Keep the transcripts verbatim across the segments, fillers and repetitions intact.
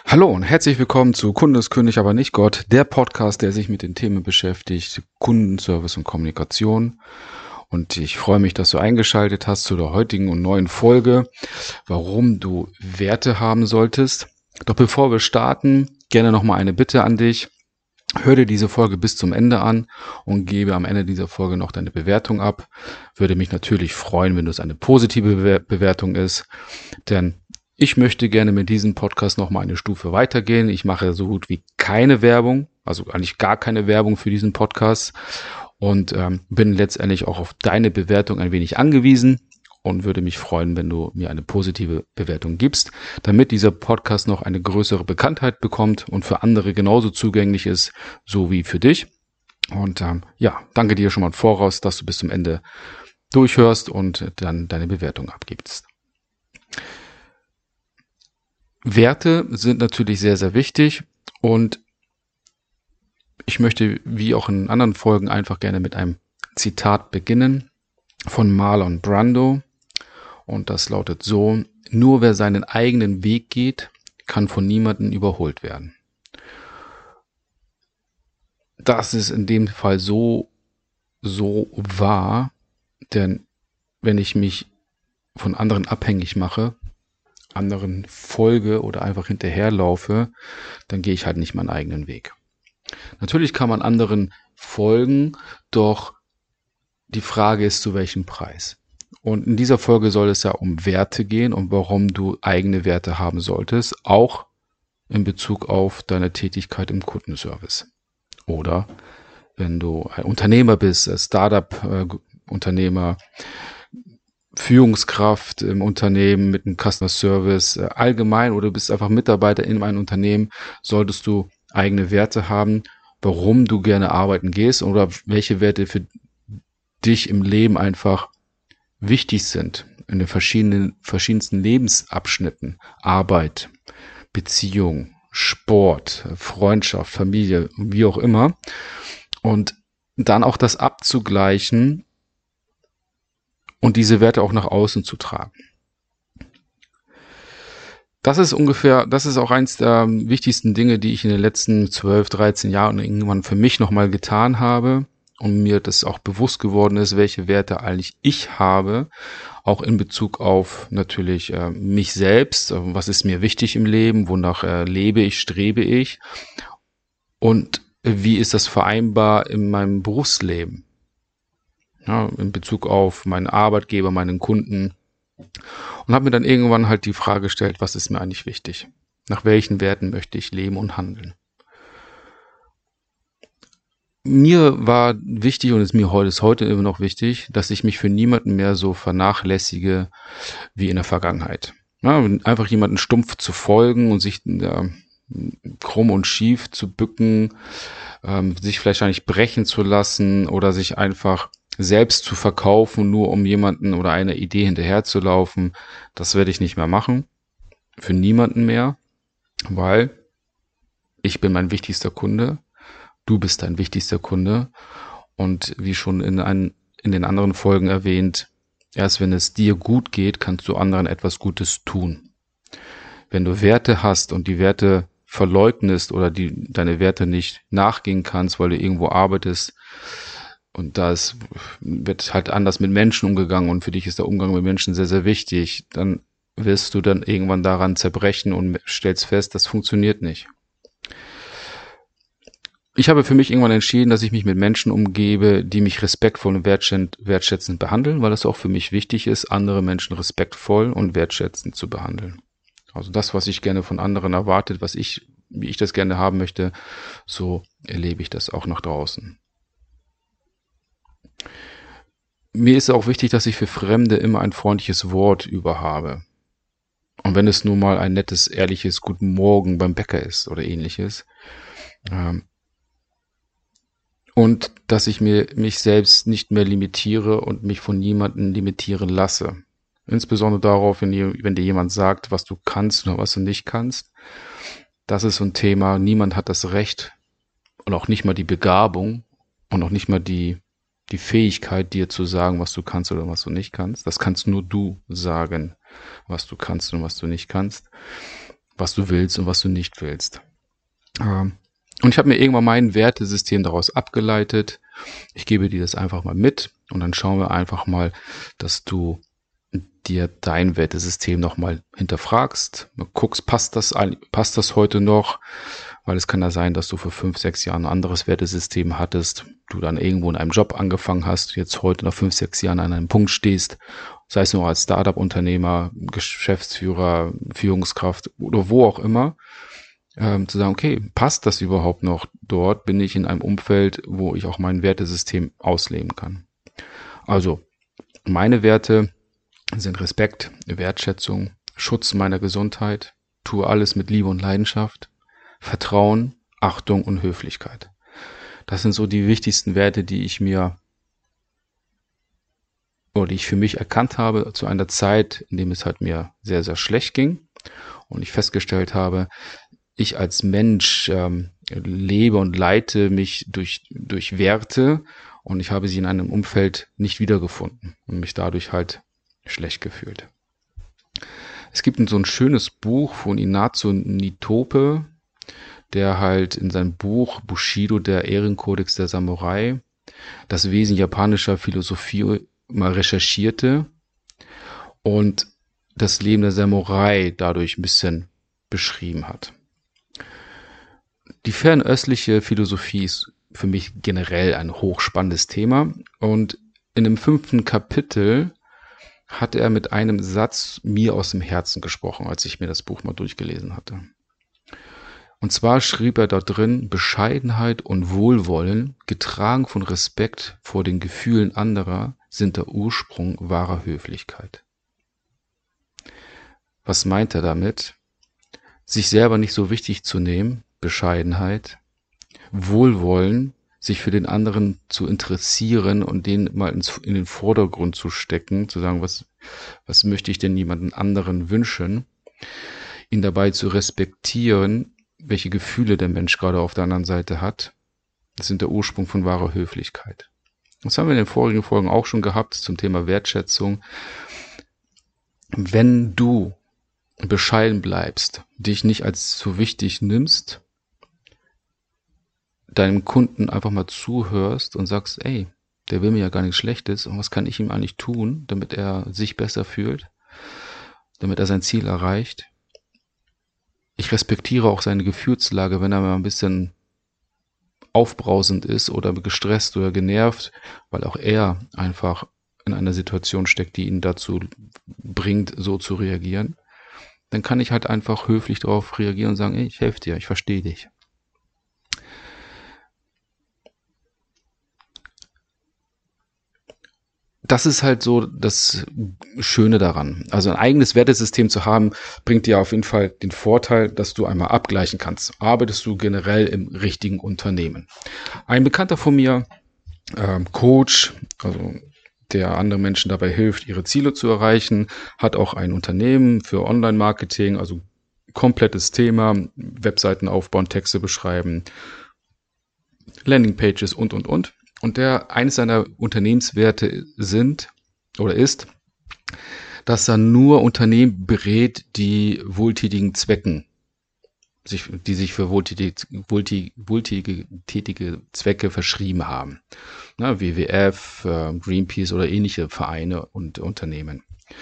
Hallo und herzlich willkommen zu Kunde ist König, aber nicht Gott, der Podcast, der sich mit den Themen beschäftigt, Kundenservice und Kommunikation. Und ich freue mich, dass du eingeschaltet hast zu der heutigen und neuen Folge, warum du Werte haben solltest. Doch bevor wir starten, gerne nochmal eine Bitte an dich. Hör dir diese Folge bis zum Ende an und gebe am Ende dieser Folge noch deine Bewertung ab. Würde mich natürlich freuen, wenn es eine positive Bewertung ist, denn ich möchte gerne mit diesem Podcast noch mal eine Stufe weitergehen. Ich mache so gut wie keine Werbung, also eigentlich gar keine Werbung für diesen Podcast und ähm, bin letztendlich auch auf deine Bewertung ein wenig angewiesen und würde mich freuen, wenn du mir eine positive Bewertung gibst, damit dieser Podcast noch eine größere Bekanntheit bekommt und für andere genauso zugänglich ist, so wie für dich. Und ähm, ja, danke dir schon mal im Voraus, dass du bis zum Ende durchhörst und dann deine Bewertung abgibst. Werte sind natürlich sehr, sehr wichtig und ich möchte, wie auch in anderen Folgen, einfach gerne mit einem Zitat beginnen von Marlon Brando und das lautet so: Nur wer seinen eigenen Weg geht, kann von niemandem überholt werden. Das ist in dem Fall so, so wahr, denn wenn ich mich von anderen abhängig mache, anderen folge oder einfach hinterherlaufe, dann gehe ich halt nicht meinen eigenen Weg. Natürlich kann man anderen folgen, doch die Frage ist, zu welchem Preis. Und in dieser Folge soll es ja um Werte gehen und warum du eigene Werte haben solltest, auch in Bezug auf deine Tätigkeit im Kundenservice. Oder wenn du ein Unternehmer bist, ein Startup-Unternehmer, Führungskraft im Unternehmen mit einem Customer Service, allgemein, oder du bist einfach Mitarbeiter in einem Unternehmen, solltest du eigene Werte haben, warum du gerne arbeiten gehst oder welche Werte für dich im Leben einfach wichtig sind, in den verschiedenen, verschiedensten Lebensabschnitten, Arbeit, Beziehung, Sport, Freundschaft, Familie, wie auch immer. Und dann auch das abzugleichen und diese Werte auch nach außen zu tragen. Das ist ungefähr, das ist auch eins der wichtigsten Dinge, die ich in den letzten zwölf, dreizehn Jahren irgendwann für mich nochmal getan habe und mir das auch bewusst geworden ist, welche Werte eigentlich ich habe, auch in Bezug auf natürlich äh, mich selbst, äh, was ist mir wichtig im Leben, wonach äh, lebe ich, strebe ich und wie ist das vereinbar in meinem Berufsleben. Ja, in Bezug auf meinen Arbeitgeber, meinen Kunden. Und habe mir dann irgendwann halt die Frage gestellt, was ist mir eigentlich wichtig? Nach welchen Werten möchte ich leben und handeln? Mir war wichtig und ist mir heute, ist heute immer noch wichtig, dass ich mich für niemanden mehr so vernachlässige wie in der Vergangenheit. Ja, einfach jemanden stumpf zu folgen und sich ja, krumm und schief zu bücken, ähm, sich vielleicht eigentlich brechen zu lassen oder sich einfach selbst zu verkaufen, nur um jemanden oder einer Idee hinterherzulaufen, das werde ich nicht mehr machen. Für niemanden mehr, weil ich bin mein wichtigster Kunde, du bist dein wichtigster Kunde und wie schon in, ein, in den anderen Folgen erwähnt, erst wenn es dir gut geht, kannst du anderen etwas Gutes tun. Wenn du Werte hast und die Werte verleugnest oder die, deine Werte nicht nachgehen kannst, weil du irgendwo arbeitest, und da ist, wird halt anders mit Menschen umgegangen und für dich ist der Umgang mit Menschen sehr, sehr wichtig. Dann wirst du dann irgendwann daran zerbrechen und stellst fest, das funktioniert nicht. Ich habe für mich irgendwann entschieden, dass ich mich mit Menschen umgebe, die mich respektvoll und wertschätzend behandeln, weil es auch für mich wichtig ist, andere Menschen respektvoll und wertschätzend zu behandeln. Also das, was ich gerne von anderen erwartet, was ich, wie ich das gerne haben möchte, so erlebe ich das auch nach draußen. Mir ist auch wichtig, dass ich für Fremde immer ein freundliches Wort über habe. Und wenn es nur mal ein nettes, ehrliches Guten Morgen beim Bäcker ist oder ähnliches. Und dass ich mir mich selbst nicht mehr limitiere und mich von niemandem limitieren lasse. Insbesondere darauf, wenn dir, wenn dir jemand sagt, was du kannst oder was du nicht kannst. Das ist so ein Thema. Niemand hat das Recht und auch nicht mal die Begabung und auch nicht mal die die Fähigkeit, dir zu sagen, was du kannst oder was du nicht kannst. Das kannst nur du sagen, was du kannst und was du nicht kannst. was du willst und was du nicht willst. Ähm, und ich habe mir irgendwann mein Wertesystem daraus abgeleitet. Ich gebe dir das einfach mal mit und dann schauen wir einfach mal, dass du dir dein Wertesystem nochmal hinterfragst, guckst, passt das, passt das heute noch? Weil es kann ja sein, dass du vor fünf, sechs Jahren ein anderes Wertesystem hattest, du dann irgendwo in einem Job angefangen hast, jetzt heute nach fünf, sechs Jahren an einem Punkt stehst, sei es nur als Startup-Unternehmer, Geschäftsführer, Führungskraft oder wo auch immer, ähm, zu sagen, okay, passt das überhaupt noch dort? Bin ich in einem Umfeld, wo ich auch mein Wertesystem ausleben kann? Also, meine Werte sind Respekt, Wertschätzung, Schutz meiner Gesundheit, tue alles mit Liebe und Leidenschaft, Vertrauen, Achtung und Höflichkeit. Das sind so die wichtigsten Werte, die ich mir oder die ich für mich erkannt habe zu einer Zeit, in dem es halt mir sehr, sehr schlecht ging und ich festgestellt habe, ich als Mensch ähm, lebe und leite mich durch, durch Werte und ich habe sie in einem Umfeld nicht wiedergefunden und mich dadurch halt schlecht gefühlt. Es gibt so ein schönes Buch von Inazo Nitope, der halt in seinem Buch Bushido, der Ehrenkodex der Samurai, das Wesen japanischer Philosophie mal recherchierte und das Leben der Samurai dadurch ein bisschen beschrieben hat. Die fernöstliche Philosophie ist für mich generell ein hochspannendes Thema und in dem fünften Kapitel hat er mit einem Satz mir aus dem Herzen gesprochen, als ich mir das Buch mal durchgelesen hatte. Und zwar schrieb er dort drin, Bescheidenheit und Wohlwollen, getragen von Respekt vor den Gefühlen anderer, sind der Ursprung wahrer Höflichkeit. Was meint er damit? Sich selber nicht so wichtig zu nehmen, Bescheidenheit, Wohlwollen, sich für den anderen zu interessieren und den mal ins, in den Vordergrund zu stecken, zu sagen, was, was möchte ich denn jemanden anderen wünschen, ihn dabei zu respektieren, welche Gefühle der Mensch gerade auf der anderen Seite hat. Das sind der Ursprung von wahrer Höflichkeit. Das haben wir in den vorigen Folgen auch schon gehabt zum Thema Wertschätzung. Wenn du bescheiden bleibst, dich nicht als so wichtig nimmst, deinem Kunden einfach mal zuhörst und sagst, ey, der will mir ja gar nichts Schlechtes und was kann ich ihm eigentlich tun, damit er sich besser fühlt, damit er sein Ziel erreicht. Ich respektiere auch seine Gefühlslage, wenn er mal ein bisschen aufbrausend ist oder gestresst oder genervt, weil auch er einfach in einer Situation steckt, die ihn dazu bringt, so zu reagieren. Dann kann ich halt einfach höflich darauf reagieren und sagen, ey, ich helfe dir, ich verstehe dich. Das ist halt so das Schöne daran. Also ein eigenes Wertesystem zu haben, bringt dir auf jeden Fall den Vorteil, dass du einmal abgleichen kannst. Arbeitest du generell im richtigen Unternehmen? Ein Bekannter von mir, ähm, Coach, also der anderen Menschen dabei hilft, ihre Ziele zu erreichen, hat auch ein Unternehmen für Online-Marketing, also komplettes Thema, Webseiten aufbauen, Texte beschreiben, Landingpages und, und, und. Und der, eines seiner Unternehmenswerte sind oder ist, dass er nur Unternehmen berät, die wohltätigen Zwecken, sich, die sich für wohltätige, wohltätige, wohltätige tätige Zwecke verschrieben haben. Na, W W F, äh, Greenpeace oder ähnliche Vereine und Unternehmen.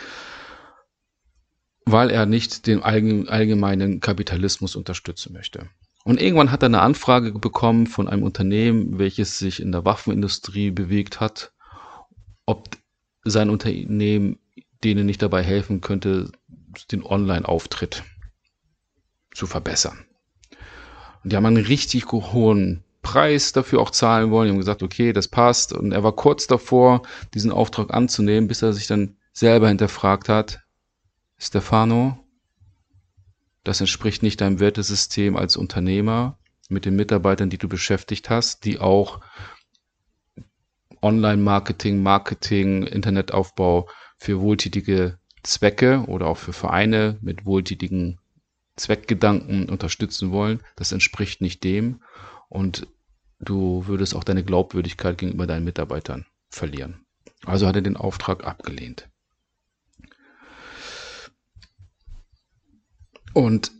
Weil er nicht den allgemeinen Kapitalismus unterstützen möchte. Und irgendwann hat er eine Anfrage bekommen von einem Unternehmen, welches sich in der Waffenindustrie bewegt hat, ob sein Unternehmen denen nicht dabei helfen könnte, den Online-Auftritt zu verbessern. Und die haben einen richtig hohen Preis dafür auch zahlen wollen. Die haben gesagt, okay, das passt. Und er war kurz davor, diesen Auftrag anzunehmen, bis er sich dann selber hinterfragt hat, Stefano, das entspricht nicht deinem Wertesystem als Unternehmer mit den Mitarbeitern, die du beschäftigt hast, die auch Online-Marketing, Marketing, Internetaufbau für wohltätige Zwecke oder auch für Vereine mit wohltätigen Zweckgedanken unterstützen wollen. Das entspricht nicht dem und du würdest auch deine Glaubwürdigkeit gegenüber deinen Mitarbeitern verlieren. Also hat er den Auftrag abgelehnt. Und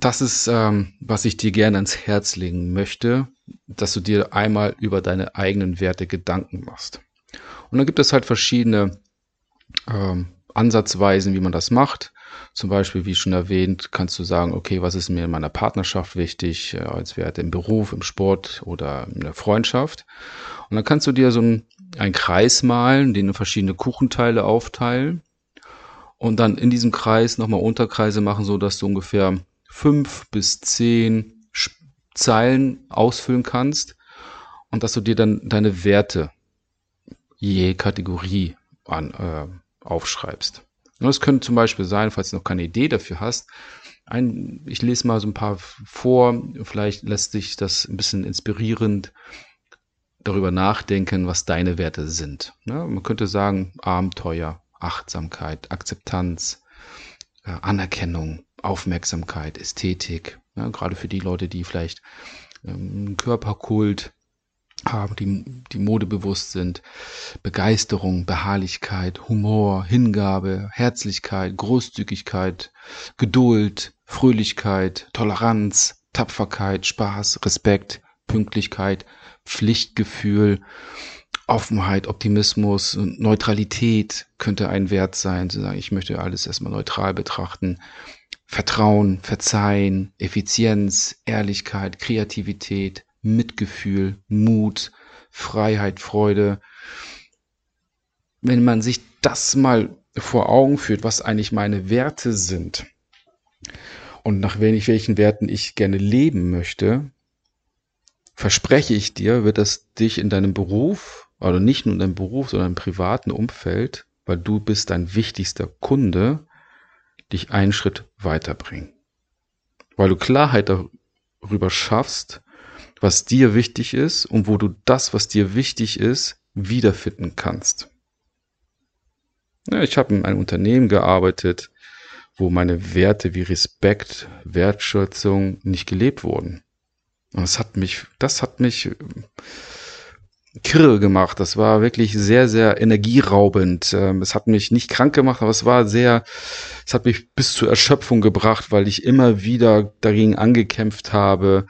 das ist, ähm, was ich dir gerne ans Herz legen möchte, dass du dir einmal über deine eigenen Werte Gedanken machst. Und dann gibt es halt verschiedene ähm, Ansatzweisen, wie man das macht. Zum Beispiel, wie schon erwähnt, kannst du sagen, okay, was ist mir in meiner Partnerschaft wichtig, äh, als Werte im Beruf, im Sport oder in der Freundschaft. Und dann kannst du dir so einen, einen Kreis malen, den in verschiedene Kuchenteile aufteilen und dann in diesem Kreis nochmal Unterkreise machen, so dass du ungefähr fünf bis zehn Zeilen ausfüllen kannst und dass du dir dann deine Werte je Kategorie an, äh, aufschreibst. Und das könnte zum Beispiel sein, falls du noch keine Idee dafür hast, ein, ich lese mal so ein paar vor, vielleicht lässt sich das ein bisschen inspirierend darüber nachdenken, was deine Werte sind. Ja, man könnte sagen, Abenteuer, Achtsamkeit, Akzeptanz, äh, Anerkennung, Aufmerksamkeit, Ästhetik. Ja, gerade für die Leute, die vielleicht ähm, Körperkult haben, die, die modebewusst sind, Begeisterung, Beharrlichkeit, Humor, Hingabe, Herzlichkeit, Großzügigkeit, Geduld, Fröhlichkeit, Toleranz, Tapferkeit, Spaß, Respekt, Pünktlichkeit, Pflichtgefühl, Offenheit, Optimismus, Neutralität könnte ein Wert sein, zu sagen, ich möchte alles erstmal neutral betrachten. Vertrauen, Verzeihen, Effizienz, Ehrlichkeit, Kreativität, Mitgefühl, Mut, Freiheit, Freude. Wenn man sich das mal vor Augen führt, was eigentlich meine Werte sind und nach welchen Werten ich gerne leben möchte, verspreche ich dir, wird das dich in deinem Beruf, oder nicht nur in deinem Beruf, sondern im privaten Umfeld, weil du bist dein wichtigster Kunde, dich einen Schritt weiterbringen. Weil du Klarheit darüber schaffst, was dir wichtig ist und wo du das, was dir wichtig ist, wiederfinden kannst. Ja, ich habe in einem Unternehmen gearbeitet, wo meine Werte wie Respekt, Wertschätzung nicht gelebt wurden. Und das hat mich, das hat mich kirre gemacht. Das war wirklich sehr, sehr energieraubend. Es hat mich nicht krank gemacht, aber es war sehr, es hat mich bis zur Erschöpfung gebracht, weil ich immer wieder dagegen angekämpft habe,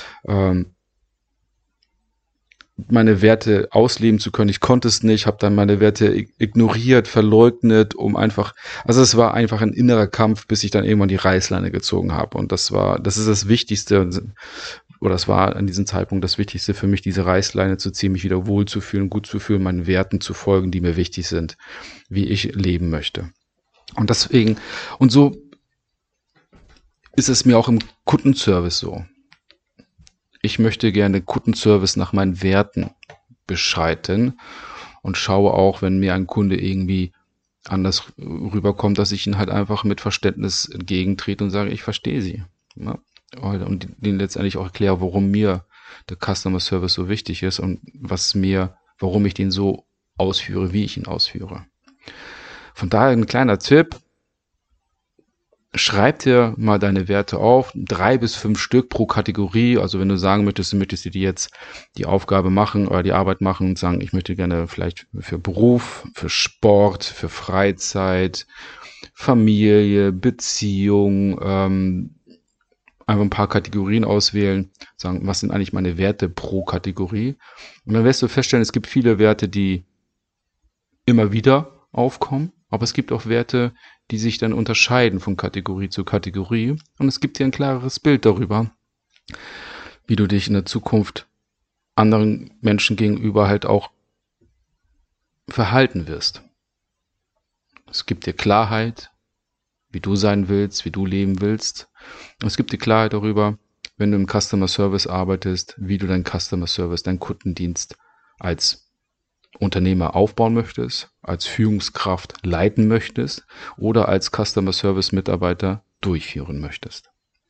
meine Werte ausleben zu können. Ich konnte es nicht, habe dann meine Werte ignoriert, verleugnet, um einfach, also es war einfach ein innerer Kampf, bis ich dann irgendwann die Reißleine gezogen habe. Und das war, das ist das Wichtigste, oder das war an diesem Zeitpunkt das Wichtigste für mich, diese Reißleine zu ziehen, mich wieder wohlzufühlen, gut zu fühlen, meinen Werten zu folgen, die mir wichtig sind, wie ich leben möchte. Und deswegen, und so ist es mir auch im Kundenservice so. Ich möchte gerne Kundenservice nach meinen Werten beschreiten und schaue auch, wenn mir ein Kunde irgendwie anders rüberkommt, dass ich ihn halt einfach mit Verständnis entgegentrete und sage, ich verstehe sie. Ja? Und denen letztendlich auch erkläre, warum mir der Customer Service so wichtig ist und was mir, warum ich den so ausführe, wie ich ihn ausführe. Von daher ein kleiner Tipp. Schreib dir mal deine Werte auf, drei bis fünf Stück pro Kategorie. Also wenn du sagen möchtest, du möchtest dir jetzt die Aufgabe machen oder die Arbeit machen und sagen, ich möchte gerne vielleicht für Beruf, für Sport, für Freizeit, Familie, Beziehung, ähm, einfach ein paar Kategorien auswählen, sagen, was sind eigentlich meine Werte pro Kategorie? Und dann wirst du feststellen, es gibt viele Werte, die immer wieder aufkommen, aber es gibt auch Werte, die sich dann unterscheiden von Kategorie zu Kategorie. Und es gibt dir ein klareres Bild darüber, wie du dich in der Zukunft anderen Menschen gegenüber halt auch verhalten wirst. Es gibt dir Klarheit, wie du sein willst, wie du leben willst. Und es gibt dir Klarheit darüber, wenn du im Customer Service arbeitest, wie du deinen Customer Service, deinen Kundendienst als Unternehmer aufbauen möchtest, als Führungskraft leiten möchtest oder als Customer Service Mitarbeiter durchführen möchtest.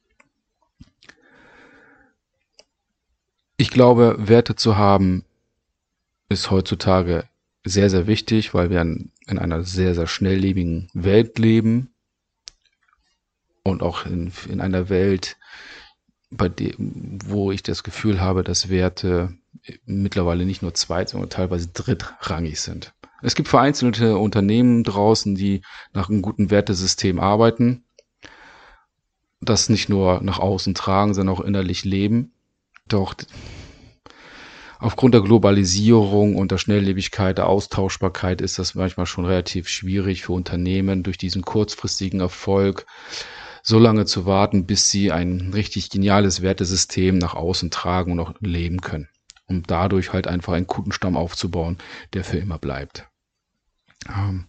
Ich glaube, Werte zu haben ist heutzutage sehr, sehr wichtig, weil wir in, in einer sehr, sehr schnelllebigen Welt leben und auch in, in einer Welt, bei dem, wo ich das Gefühl habe, dass Werte mittlerweile nicht nur zweit, sondern teilweise drittrangig sind. Es gibt vereinzelte Unternehmen draußen, die nach einem guten Wertesystem arbeiten. das nicht nur nach außen tragen, sondern auch innerlich leben. Doch aufgrund der Globalisierung und der Schnelllebigkeit, der Austauschbarkeit ist das manchmal schon relativ schwierig für Unternehmen, durch diesen kurzfristigen Erfolg so lange zu warten, bis sie ein richtig geniales Wertesystem nach außen tragen und auch leben können, um dadurch halt einfach einen Kundenstamm aufzubauen, der für immer bleibt. Ähm,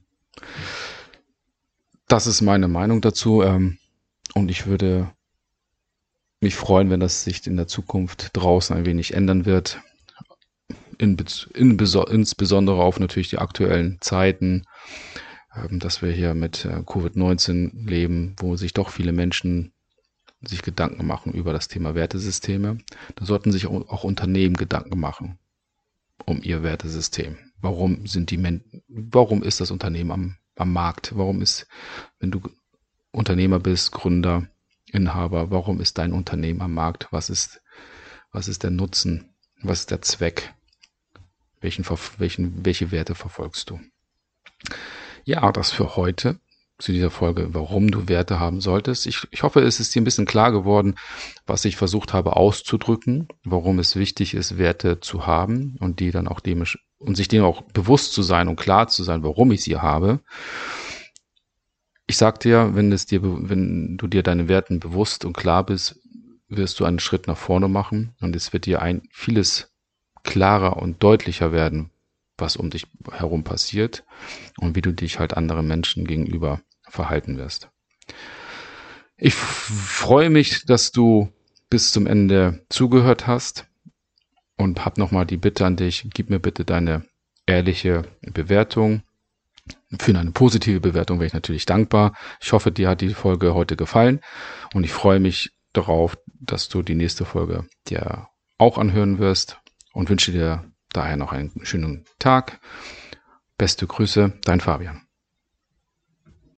das ist meine Meinung dazu, ähm, und ich würde mich freuen, wenn das sich in der Zukunft draußen ein wenig ändern wird. In, in, insbesondere auf natürlich die aktuellen Zeiten, ähm, dass wir hier mit äh, Covid neunzehn leben, wo sich doch viele Menschen sich Gedanken machen über das Thema Wertesysteme. Da sollten sich auch, auch Unternehmen Gedanken machen um ihr Wertesystem. Warum sind die Men- warum ist das Unternehmen am, am Markt? Warum ist, wenn du Unternehmer bist, Gründer, Inhaber, warum ist dein Unternehmen am Markt? Was ist, was ist der Nutzen? Was ist der Zweck? Welchen, welchen, welche Werte verfolgst du? Ja, das für heute zu dieser Folge, warum du Werte haben solltest. Ich, ich hoffe, es ist dir ein bisschen klar geworden, was ich versucht habe auszudrücken, warum es wichtig ist, Werte zu haben und die dann auch dem und sich denen auch bewusst zu sein und klar zu sein, warum ich sie habe. Ich sag dir, wenn es dir, wenn du dir deine Werten bewusst und klar bist, wirst du einen Schritt nach vorne machen und es wird dir ein vieles klarer und deutlicher werden, was um dich herum passiert und wie du dich halt anderen Menschen gegenüber verhalten wirst. Ich freue mich, dass du bis zum Ende zugehört hast und habe nochmal die Bitte an dich, gib mir bitte deine ehrliche Bewertung. Für eine positive Bewertung wäre ich natürlich dankbar. Ich hoffe, dir hat die Folge heute gefallen und ich freue mich darauf, dass du die nächste Folge dir auch anhören wirst und wünsche dir daher noch einen schönen Tag. Beste Grüße, dein Fabian.